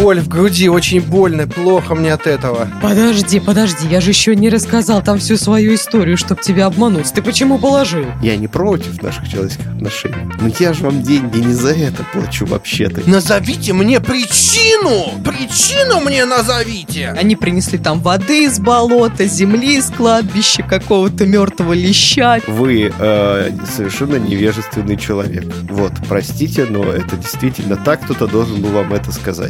боль в груди, очень больно, плохо мне от этого. Подожди, я же еще не рассказал там всю свою историю, чтобы тебя обмануть. Ты почему положил? Я не против наших человеческих отношений, но я же вам деньги не за это плачу вообще-то. Назовите мне причину! Причину мне назовите! Они принесли там воды из болота, земли из кладбища, какого-то мертвого леща. Вы совершенно невежественный человек. Вот, простите, но это действительно так, кто-то должен был вам это сказать.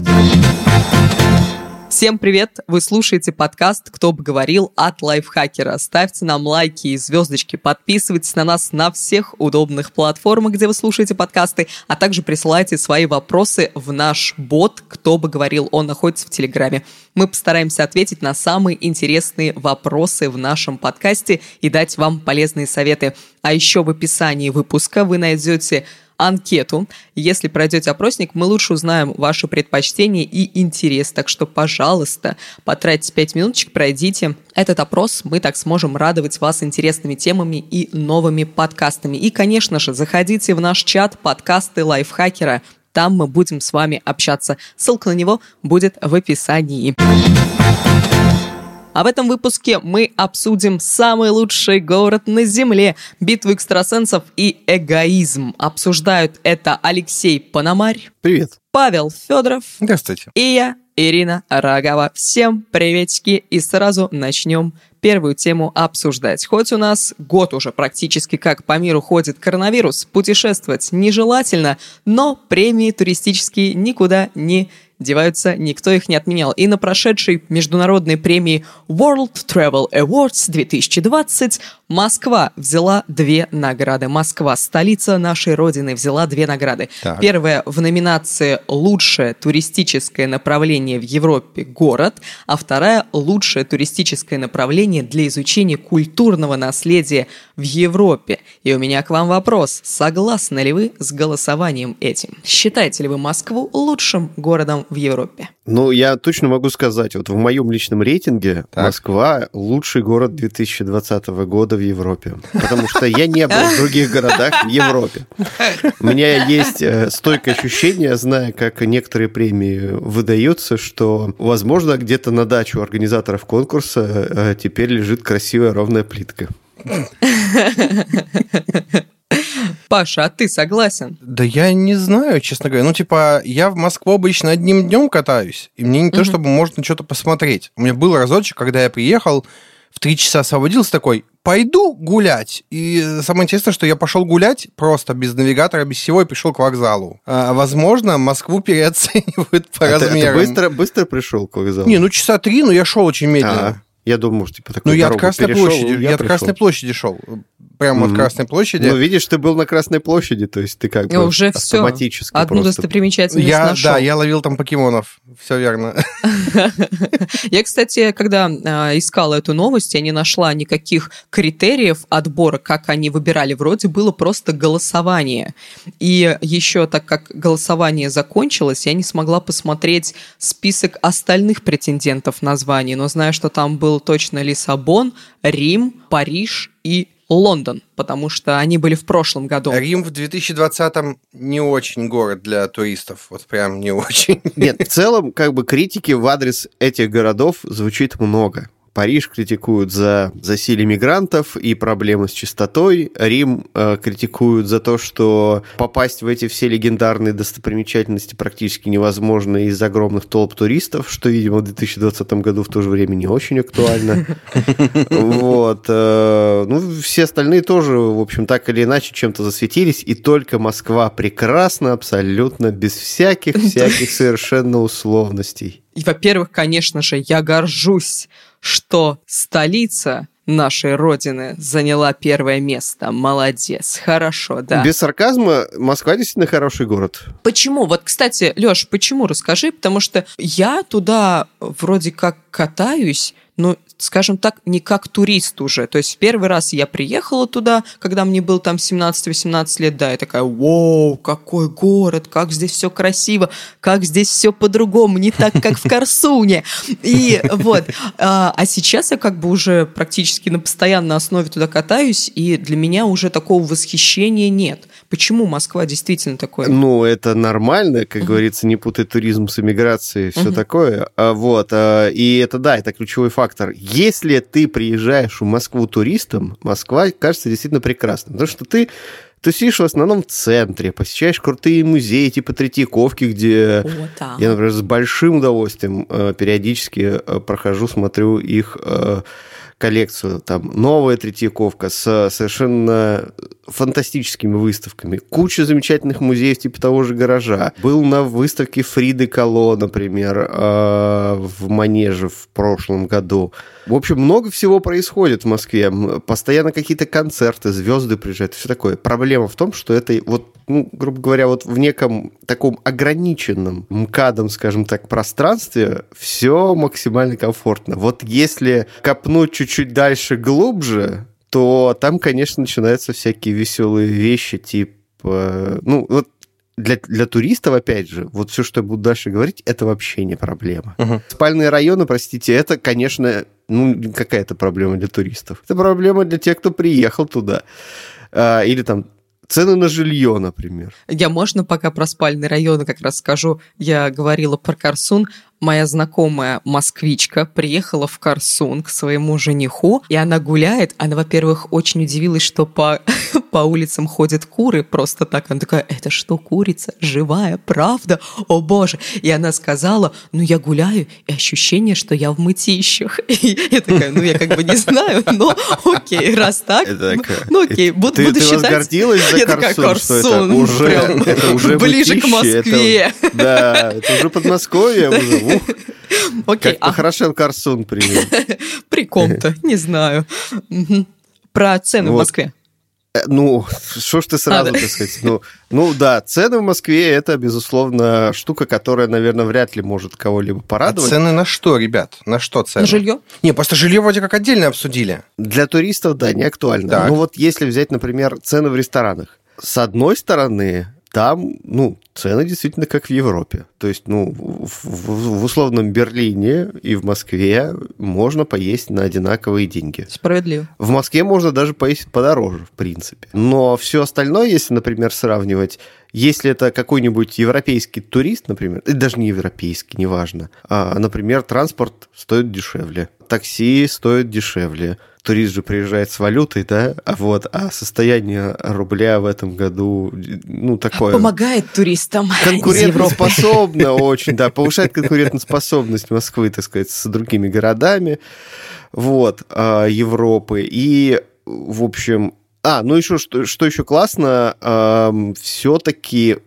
Всем привет! Вы слушаете подкаст «Кто бы говорил» от Лайфхакера. Ставьте нам лайки и звездочки, подписывайтесь на нас на всех удобных платформах, где вы слушаете подкасты, а также присылайте свои вопросы в наш бот «Кто бы говорил». Он находится в Телеграме. Мы постараемся ответить на самые интересные вопросы в нашем подкасте и дать вам полезные советы. А еще в описании выпуска вы найдете анкету. Если пройдете опросник, мы лучше узнаем ваши предпочтения и интерес. Так что, пожалуйста, потратьте 5 минуточек, пройдите этот опрос. Мы так сможем радовать вас интересными темами и новыми подкастами. И, конечно же, заходите в наш чат «Подкасты Лайфхакера». Там мы будем с вами общаться. Ссылка на него будет в описании. А в этом выпуске мы обсудим самый лучший город на Земле, битву экстрасенсов и эгоизм. Обсуждают это Алексей Пономарь. Привет. Павел Федоров. Здравствуйте. И я, Ирина Рогова. Всем приветики. И сразу начнем первую тему обсуждать. Хоть у нас год уже практически как по миру ходит коронавирус, путешествовать нежелательно, но премии туристические никуда не деваются, никто их не отменял. И на прошедшей международной премии World Travel Awards 2020 Москва взяла 2 награды. Москва, столица нашей родины, взяла 2 награды. Так. Первая в номинации «Лучшее туристическое направление в Европе. Город», а вторая «Лучшее туристическое направление для изучения культурного наследия в Европе». И у меня к вам вопрос. Согласны ли вы с голосованием этим? Считаете ли вы Москву лучшим городом в Европе? Ну, я точно могу сказать, вот в моем личном рейтинге Москва лучший город 2020 года в Европе. Потому что я не был в других городах в Европе. У меня есть стойкое ощущение, зная, как некоторые премии выдаются, что, возможно, где-то на даче у организаторов конкурса теперь лежит красивая ровная плитка. Паша, а ты согласен? Да я не знаю, честно говоря. Ну, типа, я в Москву обычно одним днем катаюсь, и мне не то, чтобы можно что-то посмотреть. У меня был разочек, когда я приехал, в 3 часа освободился такой, пойду гулять. И самое интересное, что я пошел гулять просто без навигатора, без всего, и пришел к вокзалу. Возможно, Москву переоценивают по размерам. Ты быстро пришел к вокзалу? Не, ну часа 3, но я шел очень медленно. Я думаю, может, типа такой Ну, я от дорогу Красной перешел, площади, я от Красной площади шел. Прямо от Красной площади. Ну, видишь, ты был на Красной площади, то есть ты как бы уже автоматически все. Одну просто... достопримечательность нашел. Да, я ловил там покемонов, все верно. Я, кстати, когда искала эту новость, я не нашла никаких критериев отбора, как они выбирали. Вроде было просто голосование. И еще, так как голосование закончилось, я не смогла посмотреть список остальных претендентов на звание, но знаю, что там был точно Лиссабон, Рим, Париж и Лондон, потому что они были в прошлом году. Рим в 2020-м не очень город для туристов, вот прям не очень. Нет, в целом, как бы критики в адрес этих городов звучит много. Париж критикуют за засилие мигрантов и проблемы с чистотой. Рим критикуют за то, что попасть в эти все легендарные достопримечательности практически невозможно из-за огромных толп туристов, что, видимо, в 2020 году в то же время не очень актуально. Вот. Ну, все остальные тоже, в общем, так или иначе чем-то засветились, и только Москва прекрасна абсолютно, без всяких совершенно условностей. И, во-первых, конечно же, я горжусь, что столица нашей Родины заняла 1 место. Молодец, хорошо, да. Без сарказма, Москва действительно хороший город. Почему? Вот, кстати, Лёш, почему? Расскажи, потому что я туда вроде как катаюсь, ну, скажем так, не как турист уже. То есть в первый раз я приехала туда, когда мне было там 17-18 лет, да, я такая, вау, какой город, как здесь все красиво, как здесь все по-другому, не так, как в Корсуне. И вот, а сейчас я как бы уже практически на постоянной основе туда катаюсь, и для меня уже такого восхищения нет. Почему Москва действительно такое? Ну, это нормально, как говорится, не путай туризм с эмиграцией, все такое. Вот, и это, да, это ключевой фактор. Если ты приезжаешь в Москву туристом, Москва кажется действительно прекрасной, потому что ты сидишь в основном в центре, посещаешь крутые музеи, типа Третьяковки, где я, например, с большим удовольствием периодически прохожу, смотрю их коллекцию. Там новая Третьяковка с совершенно фантастическими выставками. Куча замечательных музеев типа того же «Гаража». Был на выставке Фриды Кало, например, в Манеже в прошлом году. В общем, много всего происходит в Москве. Постоянно какие-то концерты, звезды приезжают, все такое. Проблема в том, что это вот, ну, грубо говоря, вот в неком таком ограниченном МКАДом, скажем так, пространстве все максимально комфортно. Вот если копнуть чуть-чуть дальше, глубже, то там, конечно, начинаются всякие веселые вещи, типа... Ну, вот для туристов, опять же, вот все, что я буду дальше говорить, это вообще не проблема. Спальные районы, простите, это, конечно, ну, какая-то проблема для туристов. Это проблема для тех, кто приехал туда. Или там цены на жилье, например. Я, можно, пока про спальные районы как раз скажу. Я говорила про Корсун. Моя знакомая москвичка приехала в Корсун к своему жениху, и она гуляет. Она, во-первых, очень удивилась, что по улицам ходят куры просто так. Она такая, это что, курица? Живая? Правда? О, боже! И она сказала, ну, я гуляю, и ощущение, что я в мытищах. И я такая, ну, я как бы не знаю, но окей, раз так, ну, окей, буду считать... Ты гордилась за Корсун, что это уже ближе к Москве. Да, это уже Подмосковье, уже. Окей, как похорошел Корсун, привет. При ком-то, не знаю. Про цены в Москве. Ну, что ж ты сразу, так сказать, ну да, цены в Москве – это, безусловно, штука, которая, наверное, вряд ли может кого-либо порадовать. А цены на что, ребят? На что цены? На жилье? Не, просто жилье вроде как отдельно обсудили. Для туристов, да, не актуально. Так. Ну вот если взять, например, цены в ресторанах. С одной стороны, там, ну, цены действительно как в Европе. То есть, ну, в условном Берлине и в Москве можно поесть на одинаковые деньги. Справедливо. В Москве можно даже поесть подороже, в принципе. Но все остальное, если, например, сравнивать, если это какой-нибудь европейский турист, например, и даже не европейский, неважно, например, транспорт стоит дешевле, такси стоит дешевле. Турист же приезжает с валютой, да, а состояние рубля в этом году, ну, такое... Помогает туристам. Конкурентоспособно очень, да, повышает конкурентоспособность Москвы, так сказать, с другими городами, вот, Европы. И, в общем... ну еще, что еще классно, все-таки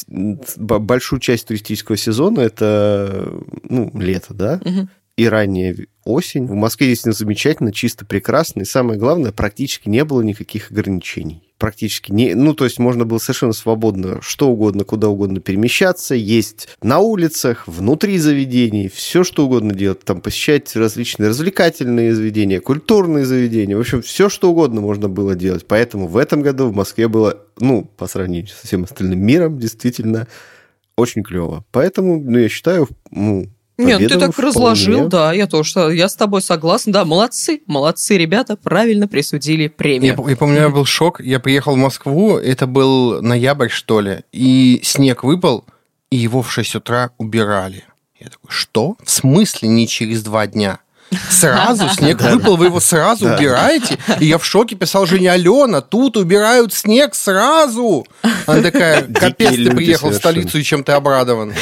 большую часть туристического сезона это, ну, лето, да, и ранняя осень. В Москве действительно замечательно, чисто прекрасно. И самое главное, практически не было никаких ограничений. Практически не... Ну, то есть можно было совершенно свободно что угодно, куда угодно перемещаться, есть на улицах, внутри заведений, все что угодно делать. Там посещать различные развлекательные заведения, культурные заведения. В общем, все что угодно можно было делать. Поэтому в этом году в Москве было, ну, по сравнению со всем остальным миром, действительно очень клево. Поэтому, ну, я считаю, ну... Нет, ты так разложил, да, я с тобой согласна, да, молодцы, ребята, правильно присудили премию. Я помню, у меня был шок, я приехал в Москву, это был ноябрь, что ли, и снег выпал, и его в 6 утра убирали. Я такой, что? В смысле не через 2 дня? Сразу снег выпал, вы его сразу убираете? И я в шоке писал Жене, Алена, тут убирают снег сразу. Она такая, капец, ты приехал в столицу, и чем ты обрадован.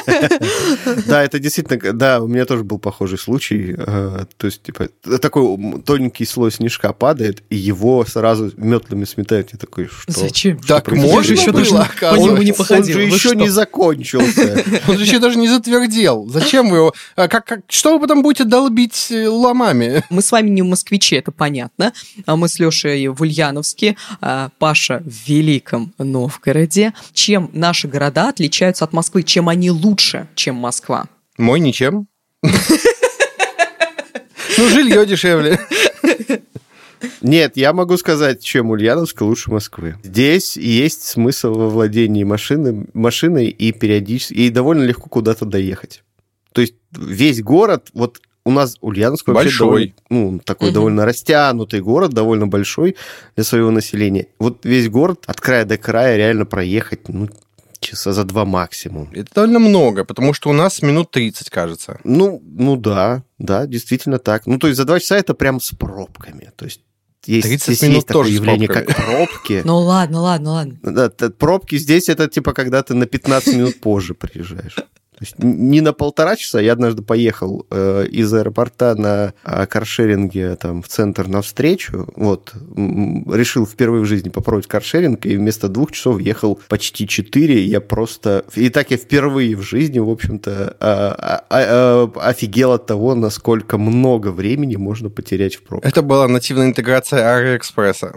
Да, это действительно, да, у меня тоже был похожий случай. То есть, типа, такой тоненький слой снежка падает, и его сразу метлами сметают. Я такой, что? Зачем? Так можно еще было? По нему не походил. Он же еще не закончился. Он же еще даже не затвердел. Зачем вы его? Что вы потом будете долбить ломами? Мы с вами не москвичи, это понятно. Мы с Лешей в Ульяновске, Паша в Великом Новгороде. Чем наши города отличаются от Москвы? Чем они лучше, чем Москва? Мой ничем. Ну, жилье дешевле. Нет, я могу сказать, чем Ульяновск лучше Москвы. Здесь есть смысл во владении машиной и периодически, и довольно легко куда-то доехать. То есть весь город, вот у нас Ульяновск вообще большой. Такой довольно растянутый город, довольно большой для своего населения. Вот весь город от края до края реально проехать, часа за 2 максимум. Это довольно много, потому что у нас минут 30, кажется. Да, действительно так. То есть за 2 часа это прям с пробками. То есть 30 минут есть такое тоже явление, как пробки. Ну ладно. Да, пробки здесь это типа когда ты на 15 минут позже приезжаешь. То есть не на 1,5 часа. Я однажды поехал из аэропорта на каршеринге в центр навстречу. Решил впервые в жизни попробовать каршеринг, и вместо 2 часов ехал почти 4. Я впервые в жизни, в общем-то, офигел от того, насколько много времени можно потерять в пробках. Это была нативная интеграция Аэроэкспресса.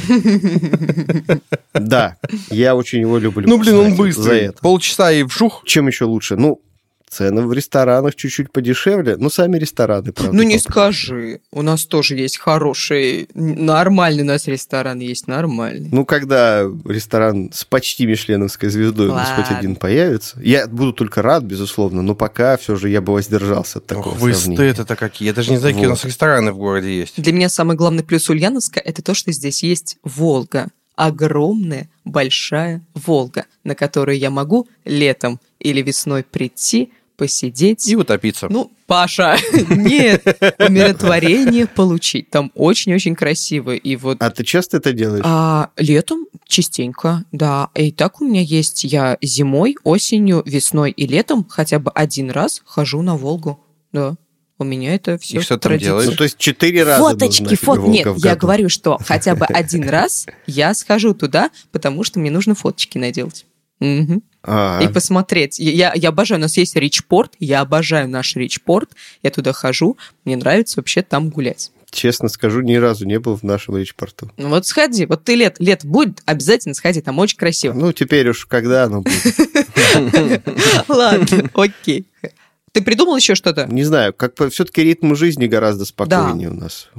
Да, я очень его люблю. Он быстрый. Полчаса и вжух. Чем еще лучше? Цены в ресторанах чуть-чуть подешевле, сами рестораны, правда. Не скажи. У нас тоже есть хорошие, нормальный у нас ресторан есть, нормальный. Когда ресторан с почти мишленовской звездой у нас хоть один появится, я буду только рад, безусловно, но пока все же я бы воздержался от такого сравнения. Вы стыд-то какие. Я даже не знаю, какие у нас рестораны в городе есть. Для меня самый главный плюс Ульяновска – это то, что здесь есть Волга. Огромная, большая Волга, на которую я могу летом или весной прийти, посидеть. И утопиться. Паша, нет, умиротворение получить. Там очень-очень красиво. А ты часто это делаешь? Летом частенько, да. И так у меня есть. Я зимой, осенью, весной и летом хотя бы 1 раз хожу на Волгу. Да. У меня это все. И что ты там делаешь? То есть 4 раза. Фоточки. Нет, я говорю, что хотя бы 1 раз я схожу туда, потому что мне нужно фоточки наделать. Угу. И посмотреть. Я обожаю, у нас есть Ричпорт, я обожаю наш Ричпорт, я туда хожу, мне нравится вообще там гулять. Честно скажу, ни разу не был в нашем Ричпорту. Сходи, ты лет будет, обязательно сходи, там очень красиво. Теперь уж когда оно будет? Ладно, окей. Ты придумал еще что-то? Не знаю, все-таки ритм жизни гораздо спокойнее у нас.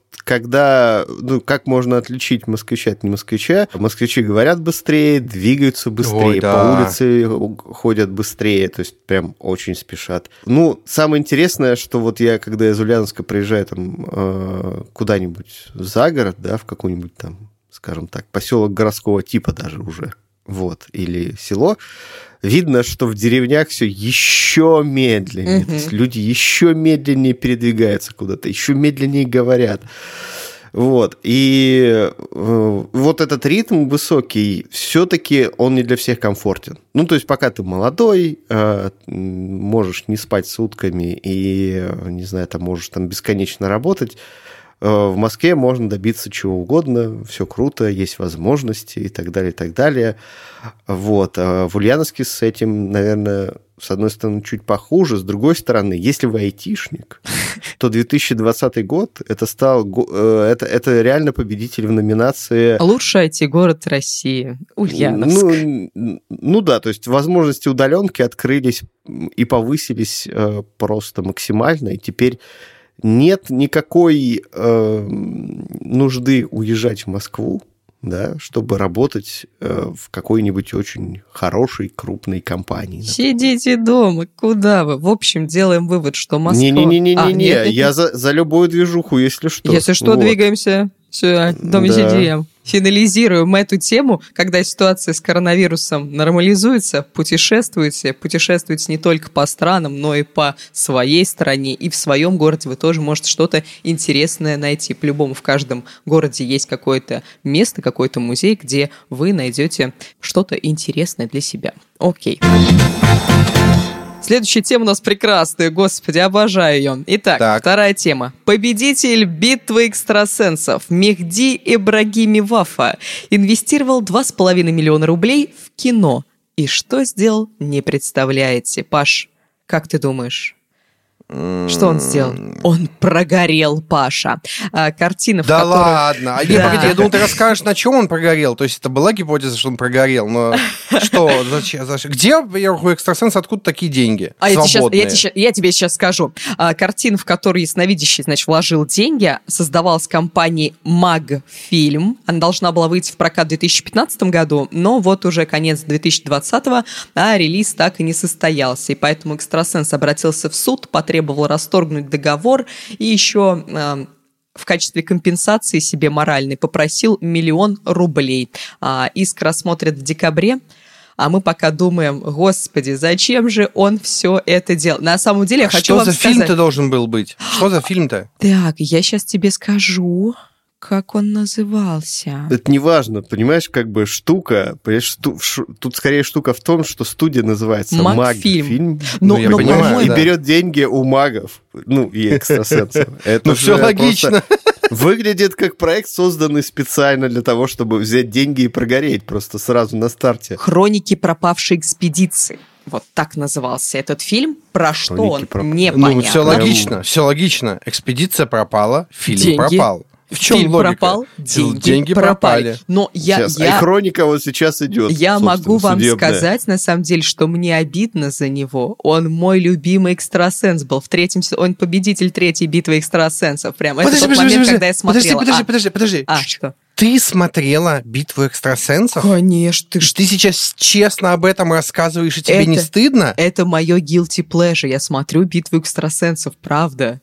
Как можно отличить москвича от не москвича? Москвичи говорят быстрее, двигаются быстрее, по улице ходят быстрее, то есть прям очень спешат. Самое интересное, что когда из Ульяновска приезжаю куда-нибудь за город, в какой-нибудь скажем так, поселок городского типа даже уже, или село, видно, что в деревнях все еще медленнее. То есть люди еще медленнее передвигаются куда-то, еще медленнее говорят. И этот ритм высокий, все-таки он не для всех комфортен. То есть пока ты молодой, можешь не спать сутками и, не знаю, можешь бесконечно работать, в Москве можно добиться чего угодно, все круто, есть возможности и так далее, и так далее. А в Ульяновске с этим, наверное, с одной стороны, чуть похуже, с другой стороны, если вы айтишник, то 2020 год это реально победитель в номинации... Лучший IT-город России, Ульяновск. Да, то есть возможности удаленки открылись и повысились просто максимально, и теперь нет никакой нужды уезжать в Москву, чтобы работать в какой-нибудь очень хорошей, крупной компании. Сидите дома, куда вы? В общем, делаем вывод, что Москва... Не-не-не, я за любую движуху, если что. Если что, двигаемся. Все, дома сидим. Финализируем эту тему, когда ситуация с коронавирусом нормализуется, путешествуйте не только по странам, но и по своей стране, и в своем городе вы тоже можете что-то интересное найти. По-любому в каждом городе есть какое-то место, какой-то музей, где вы найдете что-то интересное для себя. Окей. Следующая тема у нас прекрасная, господи, обожаю ее. Итак, вторая тема. Победитель битвы экстрасенсов Мехди Ибрагими Вафа инвестировал 2,5 миллиона рублей в кино. И что сделал, не представляете. Паш, как ты думаешь? Что он сделал? Он прогорел, Паша. Картина, в Да которой... ладно. А погоди, я думал, ты расскажешь, на чем он прогорел. То есть это была гипотеза, что он прогорел, но что? Зачем? Где, во-первых, у экстрасенса откуда такие деньги? Я тебе сейчас скажу. Картина, в которой ясновидящий, значит, вложил деньги, создавалась компанией Магфильм. Она должна была выйти в прокат в 2015 году, но вот уже конец 2020-го, а релиз так и не состоялся. И поэтому экстрасенс обратился в суд, потребовал расторгнуть договор и еще в качестве компенсации себе моральной попросил 1 миллион рублей. Иск рассмотрят в декабре. А мы пока думаем, господи, зачем же он все это делал? На самом деле, я хочу вам сказать... Что за фильм-то должен был быть? Что за фильм-то? Так, я сейчас тебе скажу, как он назывался. Это не важно, понимаешь, как бы штука... Тут скорее штука в том, что студия называется Магфильм. Я понимаю, и берет деньги у магов, и экстрасенсов. Это все логично. Выглядит как проект, созданный специально для того, чтобы взять деньги и прогореть просто сразу на старте. «Хроники пропавшей экспедиции». Вот так назывался этот фильм. Про что он? Непонятно. Все логично. Экспедиция пропала, фильм пропал. В чем фильм логика? Пропал, деньги пропали. Но и хроника вот сейчас идет. Я могу вам сказать, на самом деле, что мне обидно за него. Он мой любимый экстрасенс был. В 3-м сезоне он победитель 3-й битвы экстрасенсов. Прям это тот момент, когда я смотрела. Подожди. Что? Ты смотрела «Битву экстрасенсов»? Конечно. Ты сейчас честно об этом рассказываешь, и тебе не стыдно? Это мое guilty pleasure. Я смотрю «Битву экстрасенсов», правда.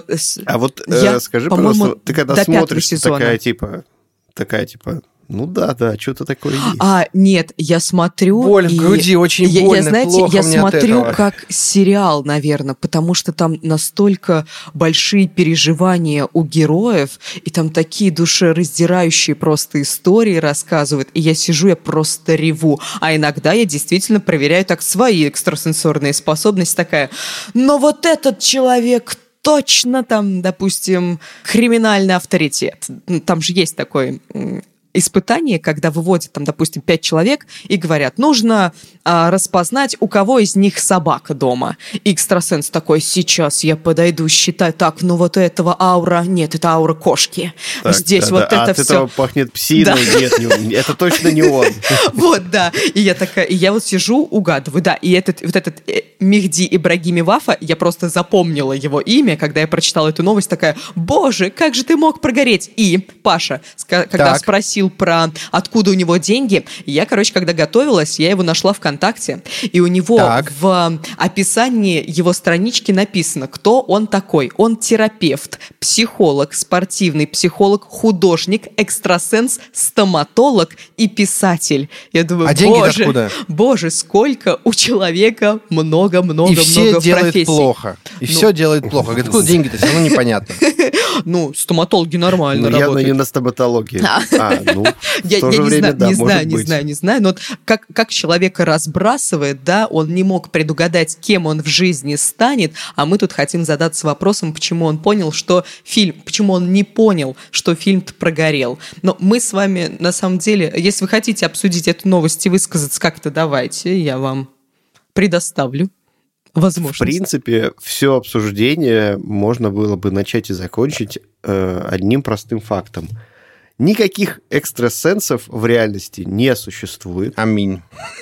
Скажи, пожалуйста, ты когда смотришь, такая типа, что-то такое есть. Нет, я смотрю... Боль в груди, очень больно, плохо я мне от смотрю этого. как сериал, наверное, потому что там настолько большие переживания у героев, и там такие душераздирающие просто истории рассказывают, и я сижу, я просто реву. А иногда я действительно проверяю так свои экстрасенсорные способности, такая, но вот этот человек... точно там, допустим, криминальный авторитет. Там же есть такое испытание, когда выводят, там, допустим, 5 человек и говорят, нужно распознать, у кого из них собака дома. И экстрасенс такой, сейчас я подойду, считаю, так, вот у этого аура, нет, это аура кошки. Так, здесь это от все. Этого пахнет псиной, нет, это точно не он. Вот, да. И я такая, и я вот сижу, угадываю, да, и этот Мехди Ибрагими Вафа, я просто запомнила его имя, когда я прочитала эту новость, такая, боже, как же ты мог прогореть? И Паша, когда спросил про откуда у него деньги, я, когда готовилась, я его нашла ВКонтакте, и у него в описании его странички написано, кто он такой. Он терапевт, психолог, спортивный психолог, художник, экстрасенс, стоматолог и писатель. Я думаю, боже, сколько у человека много-много профессий. И все делает плохо. Откуда деньги-то? Все равно непонятно. Стоматологи нормально работают. Явно не на стоматологии. Я не знаю, но как человека разбрасывает, да, он не мог предугадать, кем он в жизни станет, а мы тут хотим задаться вопросом, почему он не понял, что фильм-то прогорел. Но мы с вами, на самом деле, если вы хотите обсудить эту новость и высказаться как-то, давайте, я вам предоставлю возможность. В принципе, все обсуждение можно было бы начать и закончить одним простым фактом. Никаких экстрасенсов в реальности не существует. Аминь.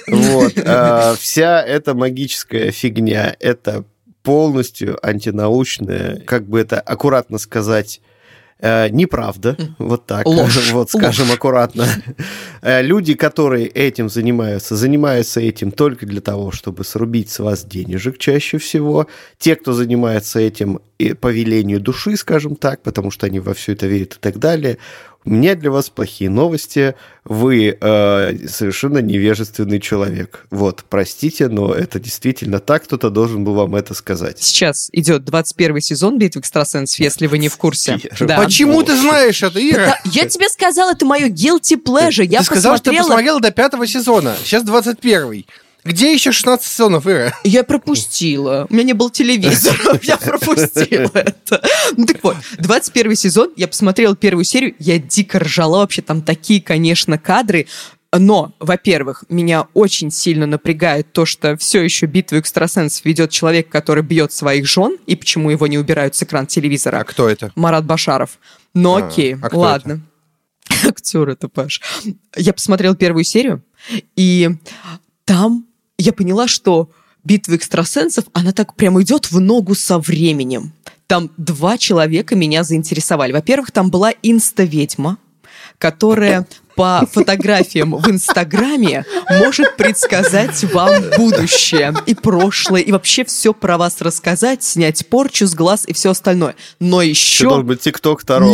Вся эта магическая фигня, это полностью антинаучная, как бы это аккуратно сказать, неправда, вот так, скажем аккуратно. Люди, которые этим занимаются этим только для того, чтобы срубить с вас денежек чаще всего. Те, кто занимается этим по велению души, скажем так, потому что они во все это верят и так далее. У меня для вас плохие новости. Вы совершенно невежественный человек. Простите, но это действительно так. Кто-то должен был вам это сказать. Сейчас идет 21 сезон «Битвы экстрасенсов», если вы не в курсе. Да. Почему ты знаешь это, Ира? Я тебе сказала, это мое guilty pleasure. Ты сказала, что ты посмотрела до 5-го сезона. Сейчас 21-й. Где еще 16 сезонов, Ира? Я пропустила. У меня не был телевизора. Я пропустила это. Так вот, 21 сезон. Я посмотрела первую серию. Я дико ржала вообще. Там такие, конечно, кадры. Но, во-первых, меня очень сильно напрягает то, что все еще битву экстрасенсов ведет человек, который бьет своих жен, и почему его не убирают с экрана телевизора. А кто это? Марат Башаров. Но окей, ладно. Актер это, Паш. Я посмотрел первую серию, и там я поняла, что битва экстрасенсов, она так прямо идет в ногу со временем. Там 2 человека меня заинтересовали. Во-первых, там была инста-ведьма, которая по фотографиям в Инстаграме может предсказать вам будущее и прошлое, и вообще все про вас рассказать, снять порчу с глаз и все остальное. Но еще... Это должен быть тикток-таролог.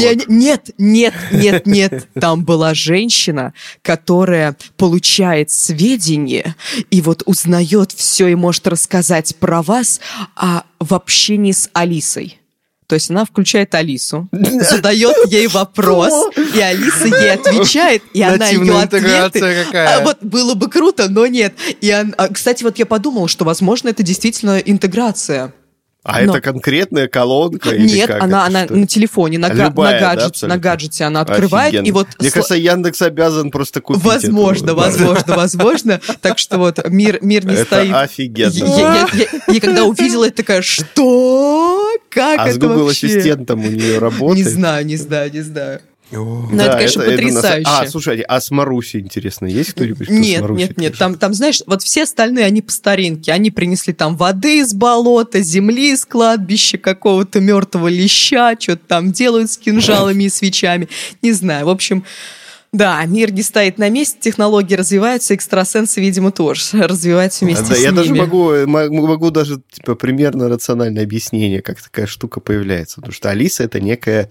Нет. Там была женщина, которая получает сведения и вот узнает все и может рассказать про вас в общении с Алисой. То есть она включает Алису, задает ей вопрос, и Алиса ей отвечает, и она ее ответы... какая. Вот было бы круто, но нет. Кстати, вот я подумала, что, возможно, это действительно интеграция. Это конкретная колонка? Нет, она на телефоне, на гаджете она открывает. Офигенно. И вот мне кажется, Яндекс обязан просто купить Возможно. Так что вот мир не стоит. Это офигенно. Я когда увидела, это такая, что? Как это вообще? А с Google Ассистентом у нее работает? Не знаю. Но это, конечно, потрясающе. Слушай, а с Марусей, интересно, есть кто-нибудь? Нет. Там, знаешь, вот все остальные, они по старинке. Они принесли там воды из болота, земли из кладбища, какого-то мертвого леща, что-то там делают с кинжалами и свечами. Не знаю, в общем... Да, мир не стоит на месте, технологии развиваются, экстрасенсы, видимо, тоже развиваются вместе с ними. Я даже могу даже примерно рациональное объяснение, как такая штука появляется. Потому что Алиса — это некая,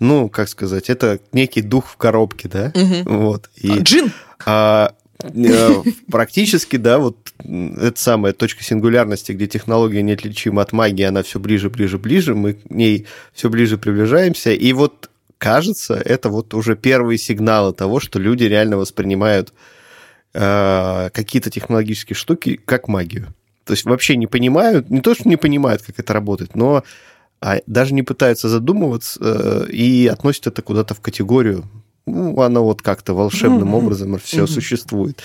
это некий дух в коробке, да? Угу. Вот. Джин! Практически, да, вот эта самая точка сингулярности, где технология неотличима от магии, она все ближе, мы к ней все ближе приближаемся, и вот кажется, это вот уже первые сигналы того, что люди реально воспринимают какие-то технологические штуки как магию. То есть вообще не понимают, не то, что не понимают, как это работает, но даже не пытаются задумываться и относят это куда-то в категорию. Оно вот как-то волшебным образом все существует.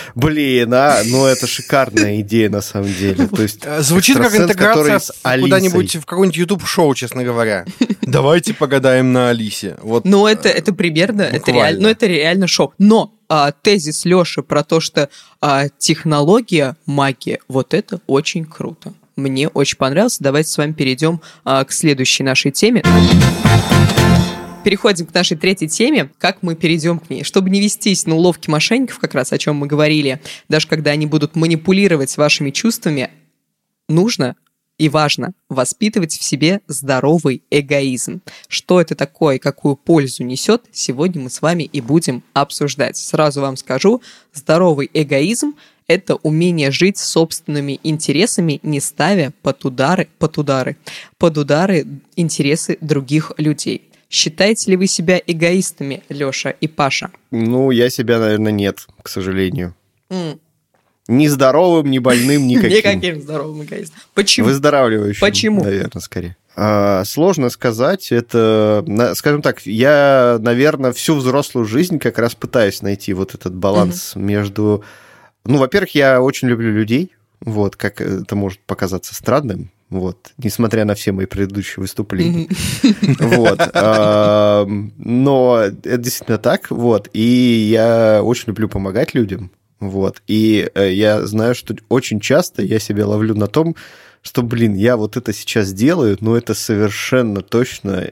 Это шикарная идея на самом деле. То есть звучит как интеграция куда-нибудь в какое-нибудь YouTube-шоу, честно говоря. Давайте погадаем на Алисе. Ну, это примерно, это реально шоу. Но тезис Лёши про то, что технология, магия, вот это очень круто. Мне очень понравилось. Давайте с вами перейдем к следующей нашей теме. Переходим к нашей 3-й теме, как мы перейдем к ней. Чтобы не вестись на уловки мошенников, как раз о чем мы говорили, даже когда они будут манипулировать вашими чувствами, нужно и важно воспитывать в себе здоровый эгоизм. Что это такое и какую пользу несет, сегодня мы с вами и будем обсуждать. Сразу вам скажу, здоровый эгоизм – это умение жить собственными интересами, не ставя под удары интересы других людей. Считаете ли вы себя эгоистами, Лёша и Паша? Я себя, наверное, нет, к сожалению. Ни здоровым, ни больным, никаким. Никаким здоровым эгоистом. Почему? Выздоравливающим, Почему? Наверное, скорее. Сложно сказать. Это, скажем так, я, наверное, всю взрослую жизнь как раз пытаюсь найти вот этот баланс между... во-первых, я очень люблю людей, вот, как это может показаться странным, вот, несмотря на все мои предыдущие выступления. Вот. Но это действительно так, вот, и я очень люблю помогать людям, вот, и я знаю, что очень часто я себя ловлю на том, что, я вот это сейчас делаю, но это совершенно точно,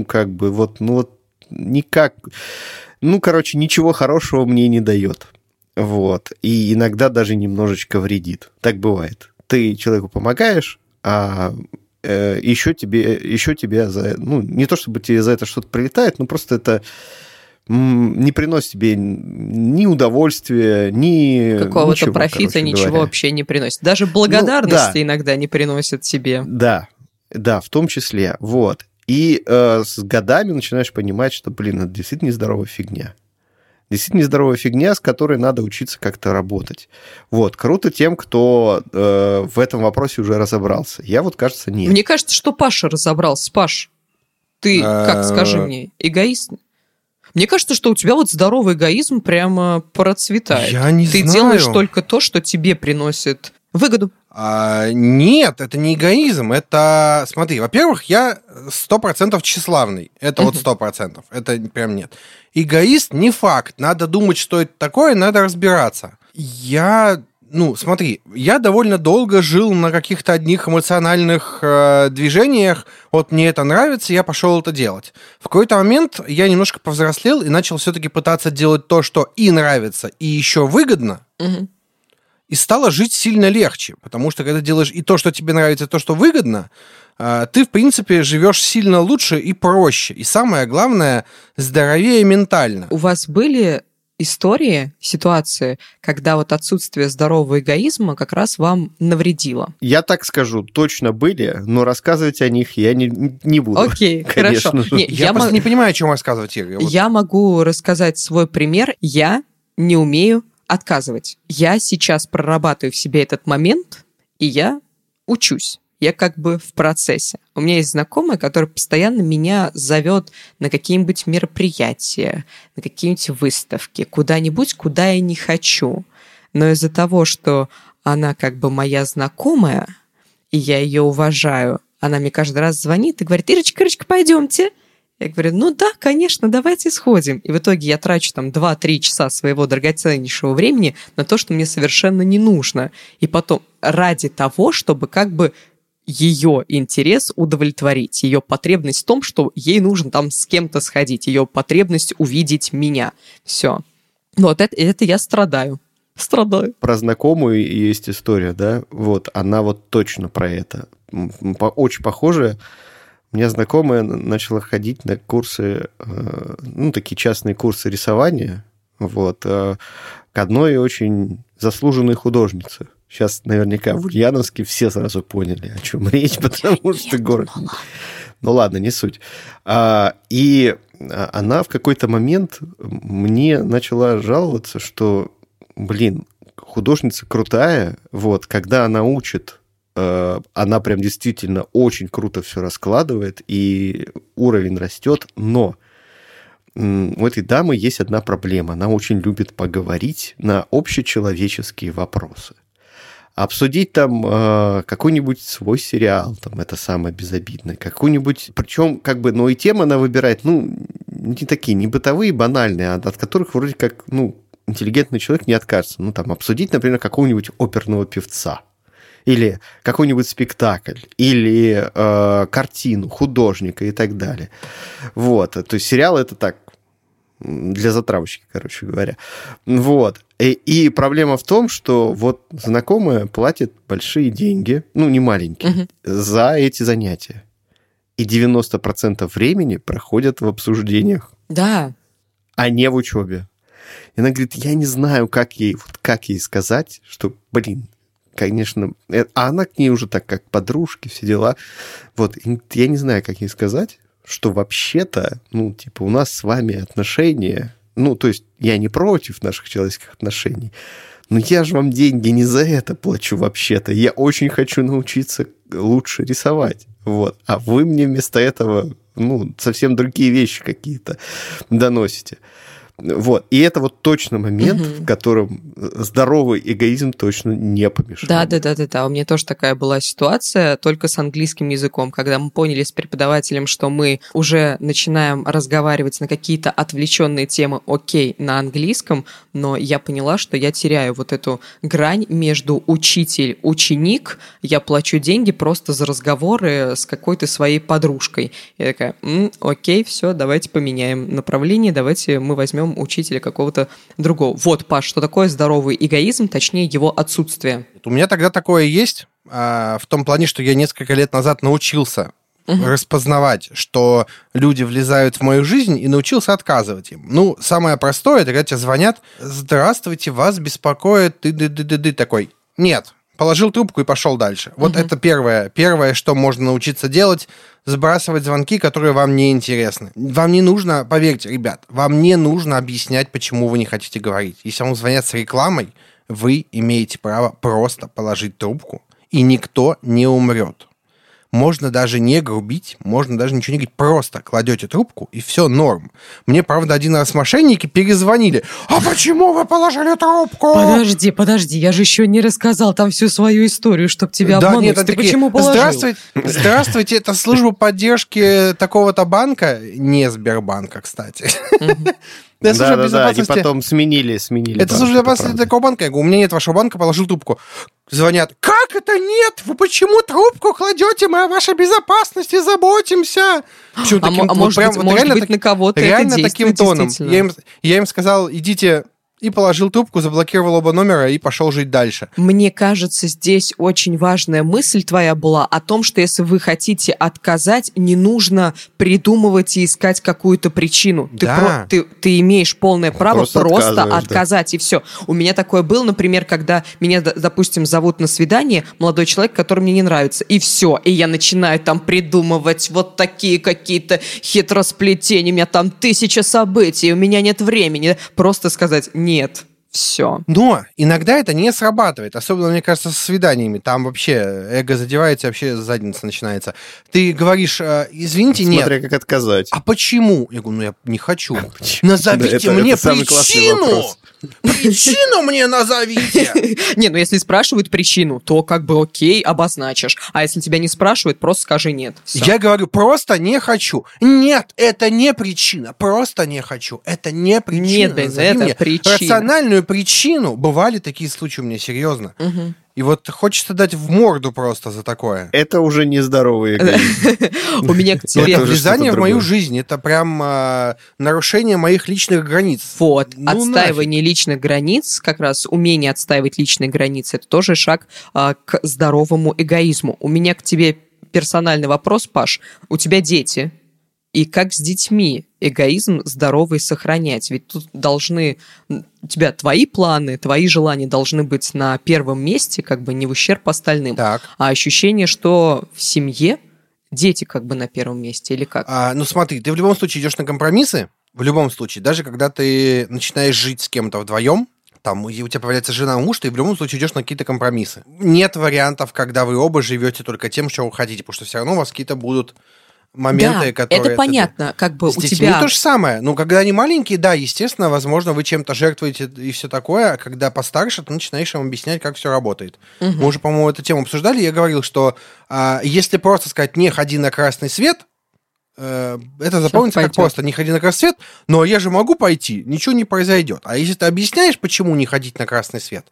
никак, ничего хорошего мне не дает, вот, и иногда даже немножечко вредит, так бывает. Ты человеку помогаешь, а еще тебе за... не то чтобы тебе за это что-то прилетает, но просто это не приносит тебе ни удовольствия, ни... Какого-то профита, ничего вообще не приносит. Даже благодарности иногда не приносят тебе. Да, в том числе. Вот. И с годами начинаешь понимать, что, это действительно нездоровая фигня. Действительно нездоровая фигня, с которой надо учиться как-то работать. Вот. Круто тем, кто в этом вопросе уже разобрался. Я кажется, нет. Мне кажется, что Паша разобрался. Паш, ты как, скажи мне, эгоист? Мне кажется, что у тебя вот здоровый эгоизм прямо процветает. Я не Ты знаю. делаешь только то, что тебе приносит выгоду. Нет, это не эгоизм. Это, смотри, во-первых, я 100% тщеславный. Это вот 100%. Это прям нет. Эгоист не факт. Надо думать, что это такое, надо разбираться. Смотри, я довольно долго жил на каких-то одних эмоциональных движениях. Вот мне это нравится, я пошел это делать. В какой-то момент я немножко повзрослел и начал все-таки пытаться делать то, что и нравится, и еще выгодно. Угу. И стало жить сильно легче, потому что когда делаешь и то, что тебе нравится, и то, что выгодно, ты, в принципе, живешь сильно лучше и проще. И самое главное, здоровее ментально. У вас были истории, ситуации, когда вот отсутствие здорового эгоизма как раз вам навредило? Я так скажу, точно были, но рассказывать о них я не буду. Окей, хорошо. Я просто не понимаю, о чем рассказывать, Игорь. Я могу рассказать свой пример. Я не умею отказывать. Я сейчас прорабатываю в себе этот момент, и я учусь. Я как бы в процессе. У меня есть знакомая, которая постоянно меня зовет на какие-нибудь мероприятия, на какие-нибудь выставки, куда-нибудь, куда я не хочу. Но из-за того, что она как бы моя знакомая, и я ее уважаю, она мне каждый раз звонит и говорит: Ирочка, пойдемте. Я говорю: ну да, конечно, давайте сходим. И в итоге я трачу там 2-3 часа своего драгоценнейшего времени на то, что мне совершенно не нужно. И потом ради того, чтобы как бы ее интерес удовлетворить, ее потребность в том, что ей нужно там с кем-то сходить, ее потребность увидеть меня. Все. Вот это я страдаю. Про знакомую есть история, да? Вот, она вот точно про это. Очень похожая. У меня знакомая начала ходить на курсы, такие частные курсы рисования, вот, к одной очень заслуженной художнице. Сейчас наверняка в Ульяновске все сразу поняли, о чем речь, потому что город... Ну ладно, не суть. И она в какой-то момент мне начала жаловаться, что, художница крутая, вот, когда она учит, она прям действительно очень круто все раскладывает, и уровень растет, но у этой дамы есть одна проблема. Она очень любит поговорить на общечеловеческие вопросы. Обсудить там какой-нибудь свой сериал, там это самое безобидное, какую-нибудь... Причем, и темы она выбирает, не такие, не бытовые, банальные, от которых вроде как, интеллигентный человек не откажется. Обсудить, например, какого-нибудь оперного певца, или какой-нибудь спектакль, или картину художника и так далее. Вот. То есть сериал это так, для затравочки, короче говоря. Вот. И проблема в том, что вот знакомая платит большие деньги, не маленькие, за эти занятия. И 90% времени проходят в обсуждениях. Да. А не в учебе. И она говорит: я не знаю, как ей сказать, что, конечно... А она к ней уже так, как подружки, все дела. Вот, я не знаю, как ей сказать, что вообще-то, у нас с вами отношения... то есть я не против наших человеческих отношений, но я же вам деньги не за это плачу вообще-то. Я очень хочу научиться лучше рисовать. Вот. А вы мне вместо этого, совсем другие вещи какие-то доносите. Вот. И это вот точно момент, в котором здоровый эгоизм точно не помешал. Да. У меня тоже такая была ситуация, только с английским языком, когда мы поняли с преподавателем, что мы уже начинаем разговаривать на какие-то отвлеченные темы, окей, на английском, но я поняла, что я теряю вот эту грань между учитель-ученик, я плачу деньги просто за разговоры с какой-то своей подружкой. Я такая: окей, все, давайте поменяем направление, давайте мы возьмем учителя какого-то другого. Вот, Паш, что такое здоровый эгоизм, точнее, его отсутствие? У меня тогда такое есть, в том плане, что я несколько лет назад научился распознавать, что люди влезают в мою жизнь, и научился отказывать им. Самое простое, это когда тебе звонят: здравствуйте, вас беспокоит ты такой: нет. Положил трубку и пошел дальше. Вот это первое, что можно научиться делать: сбрасывать звонки, которые вам не интересны. Вам не нужно, поверьте, ребят, вам не нужно объяснять, почему вы не хотите говорить. Если вам звонят с рекламой, вы имеете право просто положить трубку, и никто не умрет. можно даже не грубить, можно даже ничего не говорить, просто кладете трубку, и все норм. Мне, правда, один раз мошенники перезвонили. А почему вы положили трубку? Подожди, я же еще не рассказал там всю свою историю, чтобы тебя обмануть. Нет, ты такие, почему положил? Здравствуйте, это служба поддержки такого-то банка, не Сбербанка, кстати. Да, и потом сменили. Это служба безопасности такого банка. Я говорю, у меня нет вашего банка, положил трубку. Звонят, как это нет? Вы почему трубку кладете? Мы о вашей безопасности заботимся. Может быть, на кого-то реально это таким тоном. Я им сказал, идите... И положил трубку, заблокировал оба номера и пошел жить дальше. Мне кажется, здесь очень важная мысль твоя была о том, что если вы хотите отказать, не нужно придумывать и искать какую-то причину. Да. Ты имеешь полное право просто отказать, да. и все. У меня такое было, например, когда меня, допустим, зовут на свидание молодой человек, который мне не нравится, и все. И я начинаю там придумывать вот такие какие-то хитросплетения, у меня там 1000 событий, у меня нет времени. Просто сказать нет, все. Но иногда это не срабатывает, особенно, мне кажется, со свиданиями. Там вообще эго задевается, вообще задница начинается. Ты говоришь, извините, нет. Смотря как отказать. А почему? Я говорю, я не хочу. Назовите мне причину! Причину мне назовите! Не, если спрашивают причину, то как бы окей, обозначишь. А если тебя не спрашивают, просто скажи нет. Я говорю, просто не хочу. Нет, это не причина. Просто не хочу. Это не причина. Нет, это причина. Рациональную причину. Бывали такие случаи у меня, серьезно. Угу. И вот хочется дать в морду просто за такое. Это уже нездоровый эгоизм. У меня к тебе... Это влезание в мою жизнь. Это прям нарушение моих личных границ. Вот. Отстаивание личных границ, как раз умение отстаивать личные границы, это тоже шаг к здоровому эгоизму. У меня к тебе персональный вопрос, Паш. У тебя дети. И как с детьми эгоизм здоровый сохранять? Ведь тут должны... У тебя твои планы, твои желания должны быть на первом месте, как бы не в ущерб остальным. Так. А ощущение, что в семье дети как бы на первом месте, или как? Ну смотри, ты в любом случае идешь на компромиссы, в любом случае, даже когда ты начинаешь жить с кем-то вдвоем, там, у тебя появляется жена, муж, ты в любом случае идешь на какие-то компромиссы. Нет вариантов, когда вы оба живете только тем, что вы хотите, потому что все равно у вас какие-то будут моменты, да, которые... это понятно, как бы с у детьми тебя... то же самое. Ну, когда они маленькие, да, естественно, возможно, вы чем-то жертвуете и все такое, а когда постарше, ты начинаешь им объяснять, как все работает. Угу. Мы уже, по-моему, эту тему обсуждали, я говорил, что если просто сказать «не ходи на красный свет», это запомнится как просто «не ходи на красный свет», но я же могу пойти, ничего не произойдет. А если ты объясняешь, почему не ходить на красный свет,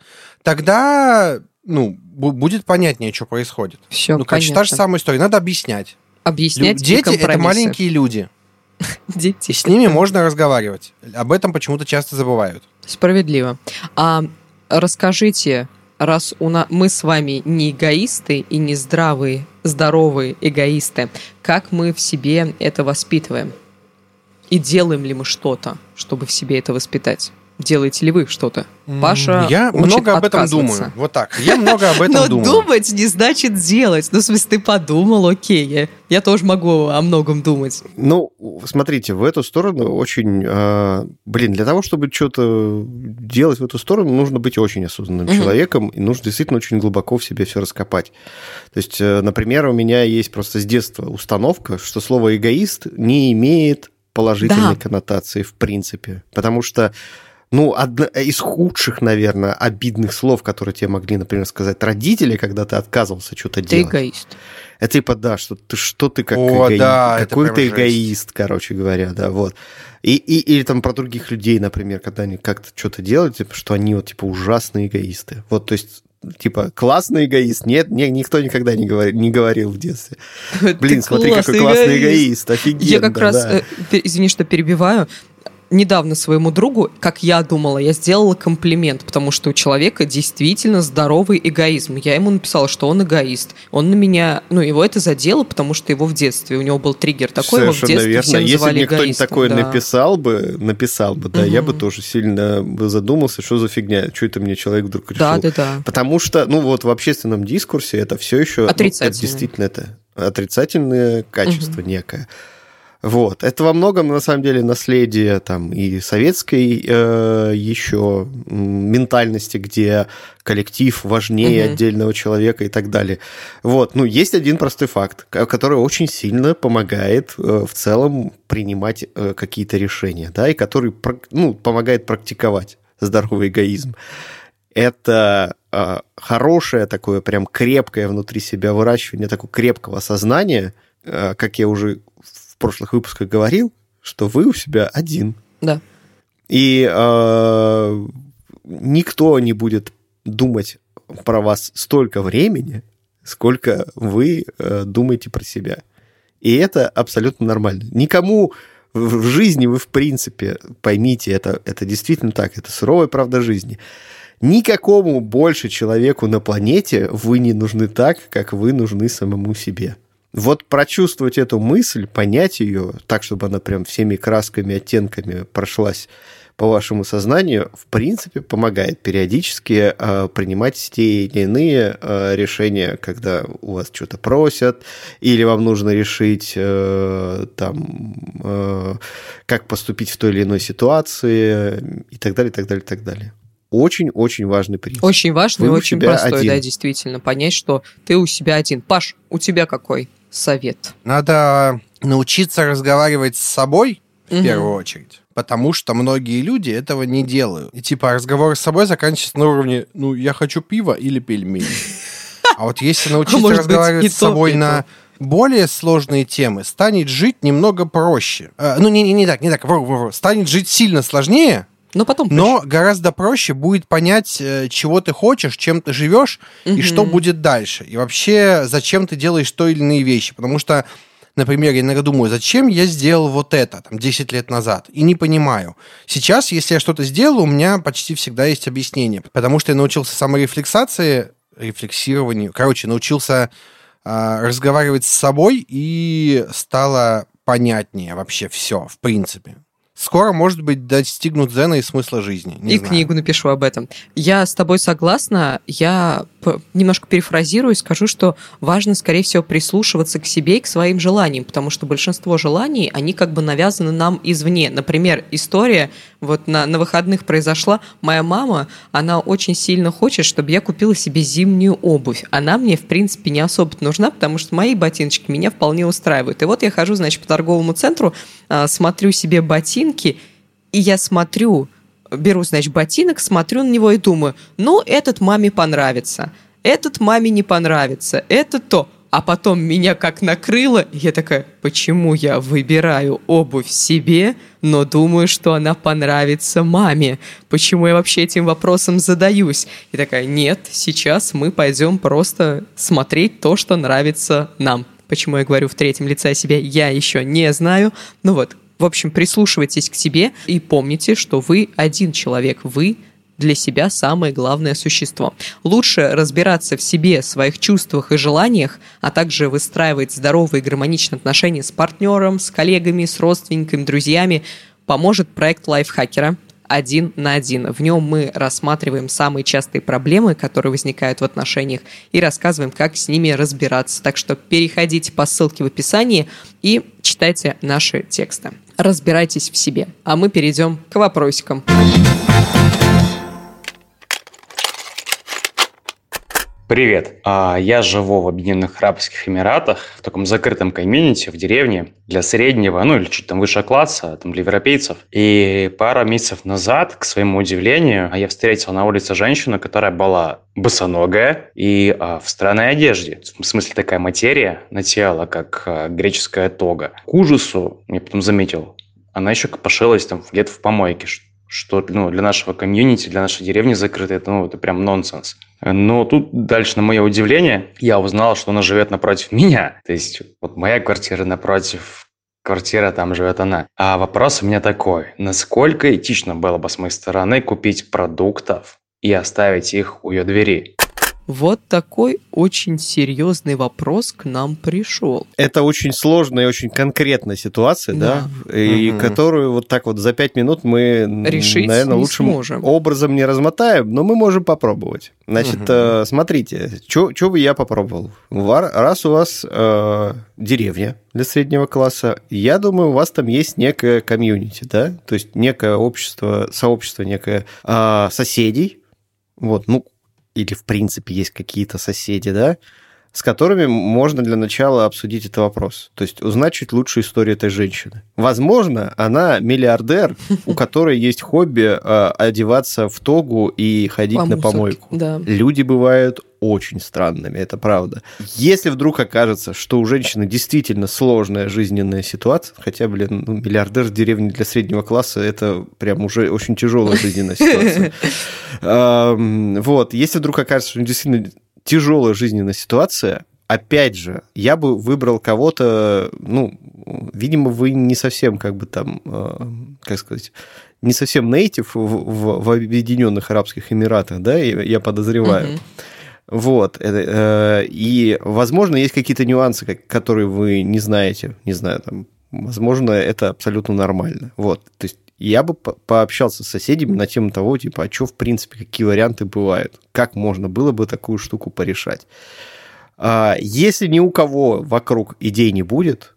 тогда, будет понятнее, что происходит. Все короче, та же самая история, надо объяснять. Объяснять дети — это маленькие люди. Дети. И с ними можно разговаривать. Об этом почему-то часто забывают. Справедливо. А расскажите, раз мы с вами не эгоисты и не здравые, здоровые эгоисты, как мы в себе это воспитываем? И делаем ли мы что-то, чтобы в себе это воспитать? Делаете ли вы что-то? Паша Я много об этом думаю. Вот так. Я много об этом думаю. Но думать не значит делать. В смысле, ты подумал, окей. Я тоже могу о многом думать. Смотрите, в эту сторону очень... для того, чтобы что-то делать в эту сторону, нужно быть очень осознанным человеком, и нужно действительно очень глубоко в себе все раскопать. То есть, например, у меня есть просто с детства установка, что слово «эгоист» не имеет положительной коннотации в принципе. Потому что одно из худших, наверное, обидных слов, которые тебе могли, например, сказать родители, когда ты отказывался что-то делать. Ты эгоист. Это типа, да, что ты как эгоист. Да, какой ты эгоист, короче говоря, да, вот. Или там про других людей, например, когда они как-то что-то делают, типа, что они ужасные эгоисты. Вот, то есть, типа, классный эгоист. Нет, никто никогда не говорил в детстве. Блин, смотри, какой классный эгоист, офигенно. Я как раз, извини, что перебиваю, недавно своему другу, как я думала, я сделала комплимент, потому что у человека действительно здоровый эгоизм. Я ему написала, что он эгоист. Он на меня... его это задело, потому что его в детстве, у него был триггер такой, его в детстве верно. все называли эгоистом. Если мне кто-нибудь такое написал бы, да, я бы тоже сильно задумался, что за фигня, что это мне человек вдруг решил. Да. Потому что, в общественном дискурсе это все еще... Отрицательное. Это действительно отрицательное качество некое. Вот. Это во многом, на самом деле, наследие там, и советской еще ментальности, где коллектив важнее отдельного человека и так далее. Вот. Ну, есть один простой факт, который очень сильно помогает в целом принимать какие-то решения, да, и который помогает практиковать здоровый эгоизм. Это хорошее такое прям крепкое внутри себя выращивание такого крепкого сознания, как я уже в прошлых выпусках говорил, что вы у себя один. Да. И никто не будет думать про вас столько времени, сколько вы думаете про себя. И это абсолютно нормально. Никому в жизни вы, в принципе, поймите, это действительно так, это суровая правда жизни. Никакому больше человеку на планете вы не нужны так, как вы нужны самому себе. Вот прочувствовать эту мысль, понять ее так, чтобы она прям всеми красками, оттенками прошлась по вашему сознанию, в принципе, помогает периодически принимать те или иные решения, когда у вас что-то просят, или вам нужно решить, как поступить в той или иной ситуации, и так далее, и так далее, и так далее. Очень-очень важный принцип. Очень важный и очень простой, один. Да, действительно, понять, что ты у себя один. Паш, у тебя какой совет? Надо научиться разговаривать с собой в первую очередь, потому что многие люди этого не делают. И типа разговор с собой заканчивается на уровне «я хочу пива или пельмени». А вот если научиться разговаривать с собой на более сложные темы, станет жить немного проще. Не так, станет жить сильно сложнее, но гораздо проще будет понять, чего ты хочешь, чем ты живешь, и что будет дальше. И вообще, зачем ты делаешь то или иные вещи. Потому что, например, я иногда думаю, зачем я сделал вот это 10 лет назад, и не понимаю. Сейчас, если я что-то сделаю, у меня почти всегда есть объяснение. Потому что я научился саморефлексации, рефлексированию. Научился разговаривать с собой, и стало понятнее вообще все, в принципе. Скоро, может быть, достигнут дзена и смысла жизни. Не знаю. Книгу напишу об этом. Я с тобой согласна. Я немножко перефразирую и скажу, что важно, скорее всего, прислушиваться к себе и к своим желаниям, потому что большинство желаний, они как бы навязаны нам извне. Например, история вот на выходных произошла. Моя мама, она очень сильно хочет, чтобы я купила себе зимнюю обувь. Она мне, в принципе, не особо нужна, потому что мои ботиночки меня вполне устраивают. И вот я хожу, значит, по торговому центру, смотрю себе ботинки, и я беру, значит, ботинок, смотрю на него и думаю, этот маме понравится, этот маме не понравится, это то. А потом меня как накрыло, и я такая, почему я выбираю обувь себе, но думаю, что она понравится маме? Почему я вообще этим вопросом задаюсь? И такая, нет, сейчас мы пойдем просто смотреть то, что нравится нам. Почему я говорю в третьем лице о себе, я еще не знаю. В общем, прислушивайтесь к себе и помните, что вы один человек, вы для себя самое главное существо. Лучше разбираться в себе, своих чувствах и желаниях, а также выстраивать здоровые и гармоничные отношения с партнером, с коллегами, с родственниками, друзьями, поможет проект лайфхакера «1 на 1». В нем мы рассматриваем самые частые проблемы, которые возникают в отношениях, и рассказываем, как с ними разбираться. Так что переходите по ссылке в описании и читайте наши тексты. Разбирайтесь в себе. А мы перейдем к вопросикам. Привет, я живу в Объединенных Арабских Эмиратах, в таком закрытом комьюнити, в деревне, для среднего, или чуть там выше класса, там для европейцев. И пару месяцев назад, к своему удивлению, я встретил на улице женщину, которая была босоногая и в странной одежде. В смысле, такая материя на тело, как греческая тога. К ужасу, я потом заметил, она еще копошилась там где-то в помойке, что для нашего комьюнити, для нашей деревни закрытой, это прям нонсенс. Но тут дальше, на мое удивление, я узнал, что она живет напротив меня. То есть вот моя квартира напротив квартиры, там живет она. А вопрос у меня такой. Насколько этично было бы с моей стороны купить продуктов и оставить их у ее двери? Вот такой очень серьезный вопрос к нам пришел. Это очень сложная и очень конкретная ситуация, да, и которую вот так вот за 5 минут мы, решить, наверное, не лучшим сможем. образом не размотаем, но мы можем попробовать. Значит, смотрите, что бы я попробовал. Раз у вас деревня для среднего класса, я думаю, у вас там есть некое комьюнити, да, то есть некое общество, сообщество некое соседей, вот, ну, или, в принципе, есть какие-то соседи, да, с которыми можно для начала обсудить этот вопрос. То есть узнать чуть лучше историю этой женщины. Возможно, она миллиардер, у которой есть хобби одеваться в тогу и ходить на помойку. Да. Люди бывают очень странными, это правда. Если вдруг окажется, что у женщины действительно сложная жизненная ситуация, хотя, миллиардер в деревне для среднего класса, это прям уже очень тяжелая жизненная ситуация. Вот, если вдруг окажется, что действительно тяжелая жизненная ситуация, опять же, я бы выбрал кого-то, ну, видимо, вы не совсем, как бы там, как сказать, не совсем нейтив в Объединенных Арабских Эмиратах, да, я подозреваю. Вот, и, возможно, есть какие-то нюансы, которые вы не знаете, не знаю, там, возможно, это абсолютно нормально. Вот, то есть я бы пообщался с соседями на тему того, типа, а что, в принципе, какие варианты бывают, как можно было бы такую штуку порешать. Если ни у кого вокруг идей не будет,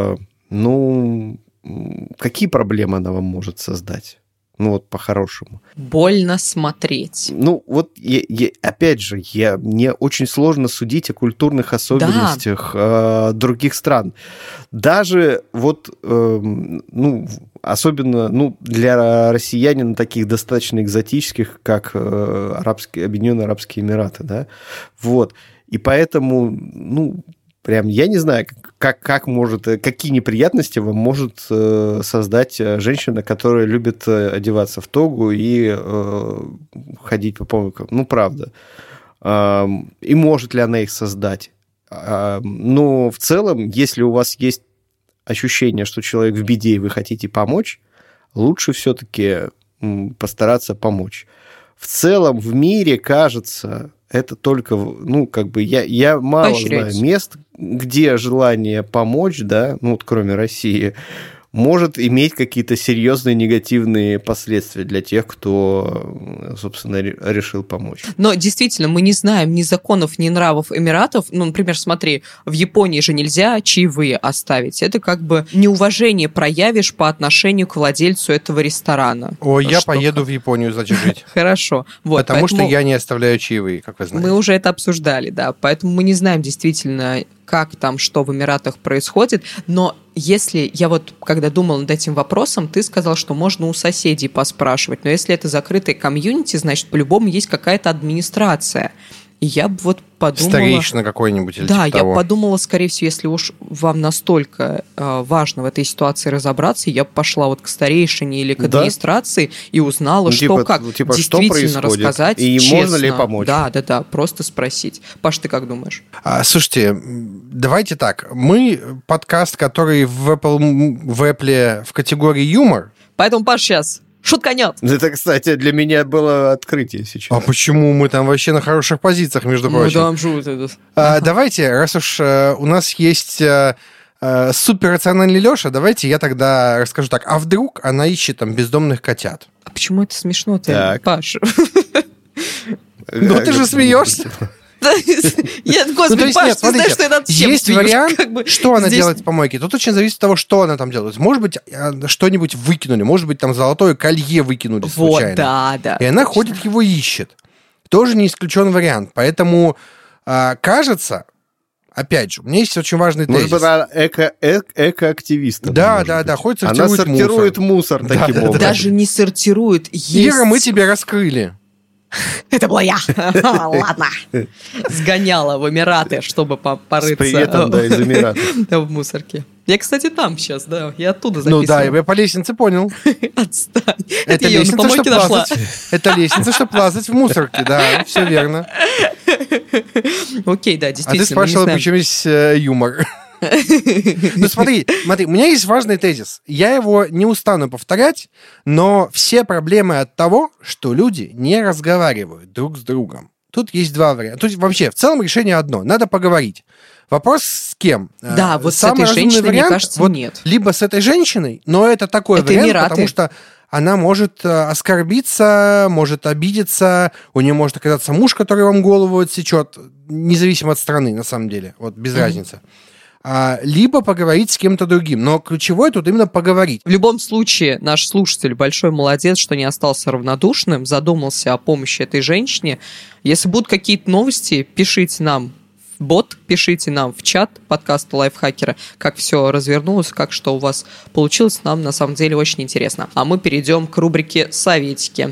ну, какие проблемы она вам может создать? Ну, вот по-хорошему. Больно смотреть. Ну, вот, опять же, мне очень сложно судить о культурных особенностях других стран. Даже вот, ну, особенно, ну, для россиянина таких достаточно экзотических, как Объединенные Арабские Эмираты, да, вот. И поэтому, ну, прям я не знаю, как может, какие неприятности вам может создать женщина, которая любит одеваться в тогу и ходить по помойкам. Ну, правда. И может ли она их создать? Но в целом, если у вас есть ощущение, что человек в беде, и вы хотите помочь, лучше все-таки постараться помочь. В целом в мире, кажется, это только, ну, как бы, я мало знаю мест, где желание помочь, да, ну, вот кроме России, может иметь какие-то серьезные негативные последствия для тех, кто, собственно, решил помочь. Но действительно, мы не знаем ни законов, ни нравов Эмиратов. Ну, например, смотри, в Японии же нельзя чаевые оставить. Это как бы неуважение проявишь по отношению к владельцу этого ресторана. Ой, я поеду в Японию, значит, жить. Хорошо. Вот, потому что я не оставляю чаевые, как вы знаете. Мы уже это обсуждали, да. Поэтому мы не знаем действительно, как там, что в Эмиратах происходит, но если я вот, когда думала над этим вопросом, ты сказал, что можно у соседей поспрашивать, но если это закрытое комьюнити, значит, по-любому есть какая-то администрация. И я бы вот подумала... Старейшина какой-нибудь или да, типа того. Я подумала, скорее всего, если уж вам настолько важно в этой ситуации разобраться, я бы пошла вот к старейшине или к администрации и узнала, что как. Действительно что рассказать и честно. Можно ли помочь. Да, просто спросить. Паш, ты как думаешь? Слушайте, давайте так. Мы подкаст, который в Apple в категории юмор. Поэтому, Паш, сейчас... Шутканет. Это, кстати, для меня было открытие сейчас. А почему? Мы там вообще на хороших позициях, между прочим. Ну, там шутят. Давайте, раз уж у нас есть суперрациональный Леша, давайте я тогда расскажу так. А вдруг она ищет там бездомных котят? А почему это смешно-то, Паш? Ну, ты же смеешься. Господи, Паш, ты знаешь, что я над всем есть смеюсь, вариант, что она делает в помойке. Тут очень зависит от того, что она там делает. Может быть, что-нибудь выкинули, может быть, там золотое колье выкинули случайно. Вот, да. И она ходит, его ищет. Тоже не исключен вариант. Поэтому, кажется, опять же, у меня есть очень важный тезис. Может быть, она экоактивист. Да, ходит, сортирует мусор таким образом. Даже не сортирует. Ира, мы тебя раскрыли. Это была я. Ладно. Сгоняла в Эмираты, чтобы порыться. С приветом, да, из Эмиратов. В мусорке. Я, кстати, там сейчас, да. Я оттуда записываю. Ну да, я по лестнице понял. Отстань. Это я лестница, на помойке нашла. Это лестница, чтобы плазать в мусорке, да, все верно. Окей, да, действительно. А ты спрашивала, почему есть юмор. Ну смотри, у меня есть важный тезис. Я его не устану повторять, но все проблемы от того, что люди не разговаривают друг с другом. тут есть два варианта. Тут вообще в целом решение одно. Надо поговорить. Вопрос с кем? Да, вот самый с этой женщиной, вариант, мне кажется, вот, нет. Либо с этой женщиной, но это такой это вариант, Эмираты. потому что она может оскорбиться, может обидеться, у нее может оказаться муж, который вам голову отсечет, независимо от страны, на самом деле, вот без разницы. Либо поговорить с кем-то другим. Но ключевое тут именно поговорить. В любом случае, наш слушатель большой молодец, что не остался равнодушным, задумался о помощи этой женщине. Если будут какие-то новости, пишите нам в бот, пишите нам в чат подкаста Лайфхакера, как все развернулось, как что у вас получилось. Нам на самом деле очень интересно. А мы перейдем к рубрике «Советики».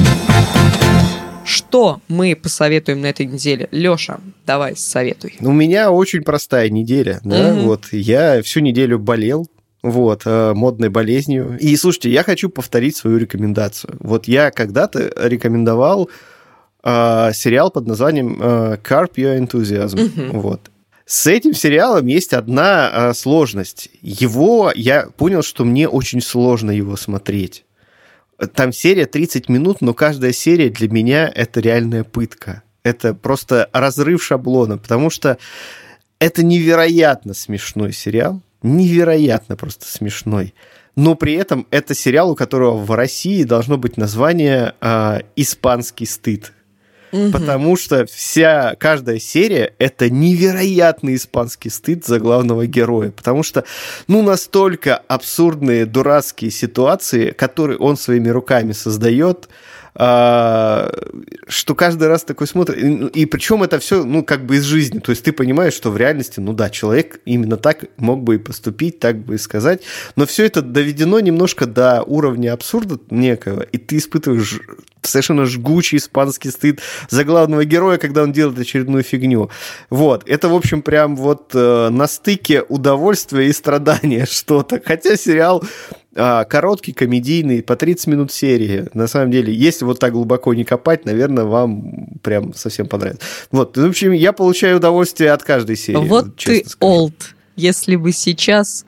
Что мы посоветуем на этой неделе? Леша, давай советуй. У меня очень простая неделя. Да? Вот, я всю неделю болел. Модной болезнью. И, слушайте, я хочу повторить свою рекомендацию. Вот я когда-то рекомендовал сериал под названием Curb Your Enthusiasm. Вот. С этим сериалом есть одна сложность. Я понял, что мне очень сложно его смотреть. Там серия 30 минут, но каждая серия для меня это реальная пытка. Это просто разрыв шаблона, потому что это невероятно смешной сериал. Невероятно просто смешной. Но при этом это сериал, у которого в России должно быть название «Испанский стыд». Потому что каждая серия – это невероятный испанский стыд за главного героя. Потому что, настолько абсурдные, дурацкие ситуации, которые он своими руками создает, что каждый раз такой смотрит. И причем это все, из жизни. То есть ты понимаешь, что в реальности, человек именно так мог бы и поступить, так бы и сказать. Но все это доведено немножко до уровня абсурда некого, и ты испытываешь совершенно жгучий испанский стыд за главного героя, когда он делает очередную фигню. Это, в общем, прям на стыке удовольствия и страдания что-то. Хотя сериал короткий, комедийный, по 30 минут серии. На самом деле, если так глубоко не копать, наверное, вам прям совсем понравится. В общем, я получаю удовольствие от каждой серии. Вот ты олд. Если бы сейчас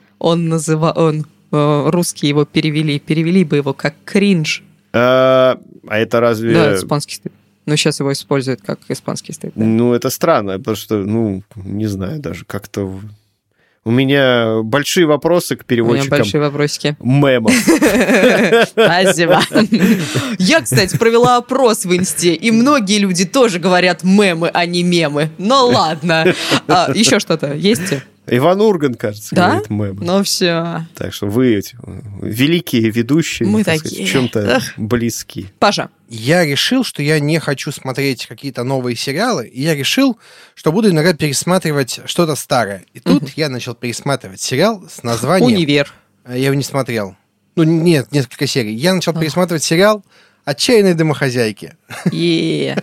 русские его перевели бы его как кринж. А это разве... Да, испанский стыд. Но сейчас его используют как испанский стыд. Да? Это странно, потому что, не знаю, даже как-то... У меня большие вопросы к переводчикам. У меня большие вопросики. Мемов. Спасибо. Я, кстати, провела опрос в Инсте, и многие люди тоже говорят мемы, а не мемы. Но ладно. Еще что-то есть? Иван Ургант, кажется, говорит мемы. Ну все. Так что вы великие ведущие, мы так сказать, в чем-то близки. Паша. Я решил, что я не хочу смотреть какие-то новые сериалы, и я решил, что буду иногда пересматривать что-то старое. И тут я начал пересматривать сериал с названием... «Универ». Я его не смотрел. Нет, несколько серий. Я начал пересматривать сериал «Отчаянные домохозяйки». Я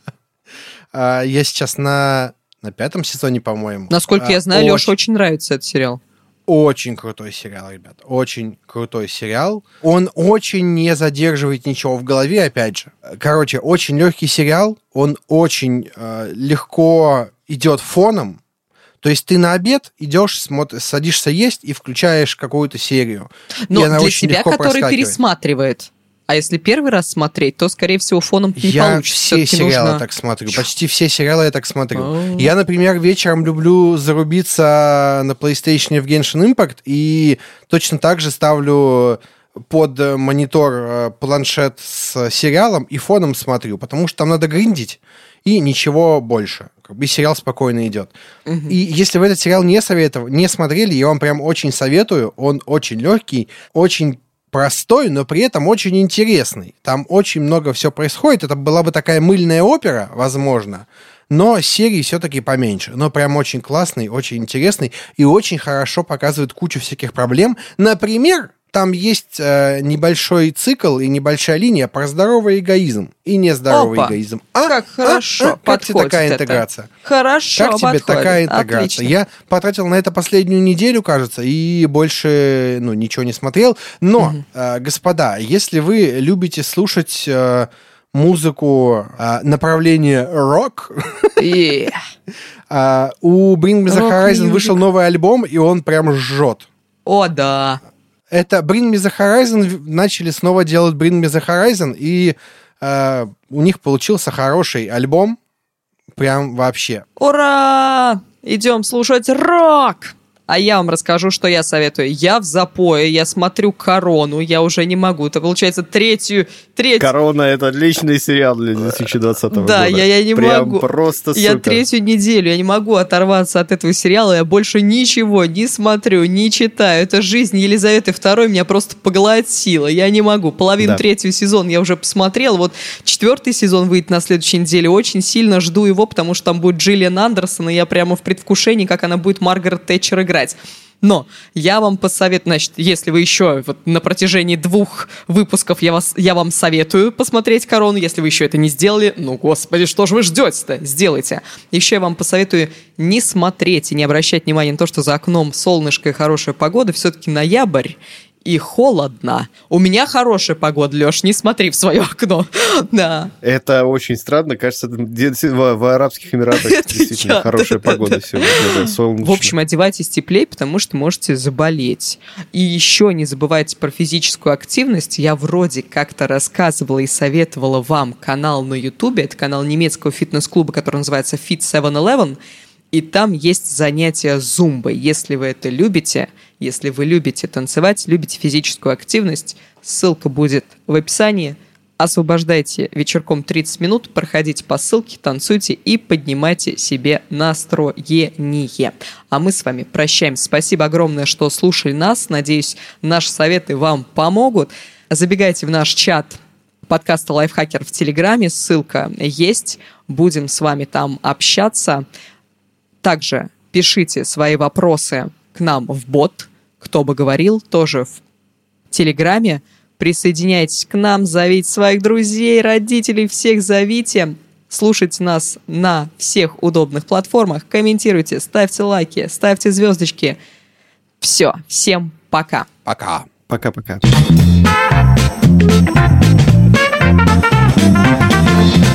сейчас на 5-м сезоне, по-моему. Насколько я знаю, Лёше очень нравится этот сериал. Очень крутой сериал, ребят. Очень крутой сериал. Он очень не задерживает ничего в голове, опять же. Короче, очень легкий сериал. Он очень легко идет фоном. То есть ты на обед идешь, садишься есть и включаешь какую-то серию. Но для тебя, который пересматривает... А если первый раз смотреть, то, скорее всего, фоном не получится. Я все сериалы так смотрю. Почти все сериалы я так смотрю. Я, например, вечером люблю зарубиться на PlayStation в Genshin Impact и точно так же ставлю под монитор планшет с сериалом и фоном смотрю, потому что там надо гриндить и ничего больше. И сериал спокойно идет. И если вы этот сериал не смотрели, я вам прям очень советую. Он очень легкий, очень простой, но при этом очень интересный. Там очень много всего происходит. Это была бы такая мыльная опера, возможно, но серии все-таки поменьше. Но прям очень классный, очень интересный и очень хорошо показывает кучу всяких проблем. Например, там есть небольшой цикл и небольшая линия про здоровый эгоизм и нездоровый эгоизм. Как хорошо как тебе такая интеграция? Хорошо Как тебе такая интеграция? Отлично. Я потратил на это последнюю неделю, кажется, и больше ничего не смотрел. Но, господа, если вы любите слушать музыку направления рок, у Bring Me The Horizon вышел новый альбом, и он прям жжет. О, да. Это Bring Me The Horizon, начали снова делать Bring Me The Horizon, и у них получился хороший альбом, прям вообще. Ура! Идем слушать рок! А я вам расскажу, что я советую. Я в запое, я смотрю «Корону», я уже не могу. Это, получается, третью... «Корона» — это отличный сериал для 2020 года. Да, я не прям могу. Просто супер. Я третью неделю, я не могу оторваться от этого сериала, я больше ничего не смотрю, не читаю. Это жизнь Елизаветы II меня просто поглотила. Я не могу. Половину третьего сезона я уже посмотрел. Вот 4-й сезон выйдет на следующей неделе. Очень сильно жду его, потому что там будет Джиллиан Андерсон, и я прямо в предвкушении, как она будет Маргарет Тэтчер играть. Но я вам посоветую, значит, если вы еще вот на протяжении 2 выпусков я вам советую посмотреть «Корону», если вы еще это не сделали, ну, господи, что же вы ждете-то? Сделайте. Еще я вам посоветую не смотреть и не обращать внимания на то, что за окном солнышко и хорошая погода, все-таки ноябрь, и холодно. У меня хорошая погода, Леш, не смотри в свое окно. Да. Это очень странно. Кажется, в Арабских Эмиратах действительно хорошая погода сегодня. В общем, одевайтесь теплее, потому что можете заболеть. И еще не забывайте про физическую активность. Я вроде как-то рассказывала и советовала вам канал на Ютубе. Это канал немецкого фитнес-клуба, который называется Fit 711. И там есть занятия зумбой. Если вы это любите, если вы любите танцевать, любите физическую активность, ссылка будет в описании. Освобождайте вечерком 30 минут, проходите по ссылке, танцуйте и поднимайте себе настроение. А мы с вами прощаемся. Спасибо огромное, что слушали нас. Надеюсь, наши советы вам помогут. Забегайте в наш чат подкаста «Лайфхакер» в Телеграме. Ссылка есть. Будем с вами там общаться. Также пишите свои вопросы к нам в бот, кто бы говорил, тоже в Телеграме. Присоединяйтесь к нам, зовите своих друзей, родителей, всех зовите. Слушайте нас на всех удобных платформах, комментируйте, ставьте лайки, ставьте звездочки. Все, всем пока. Пока. Пока-пока.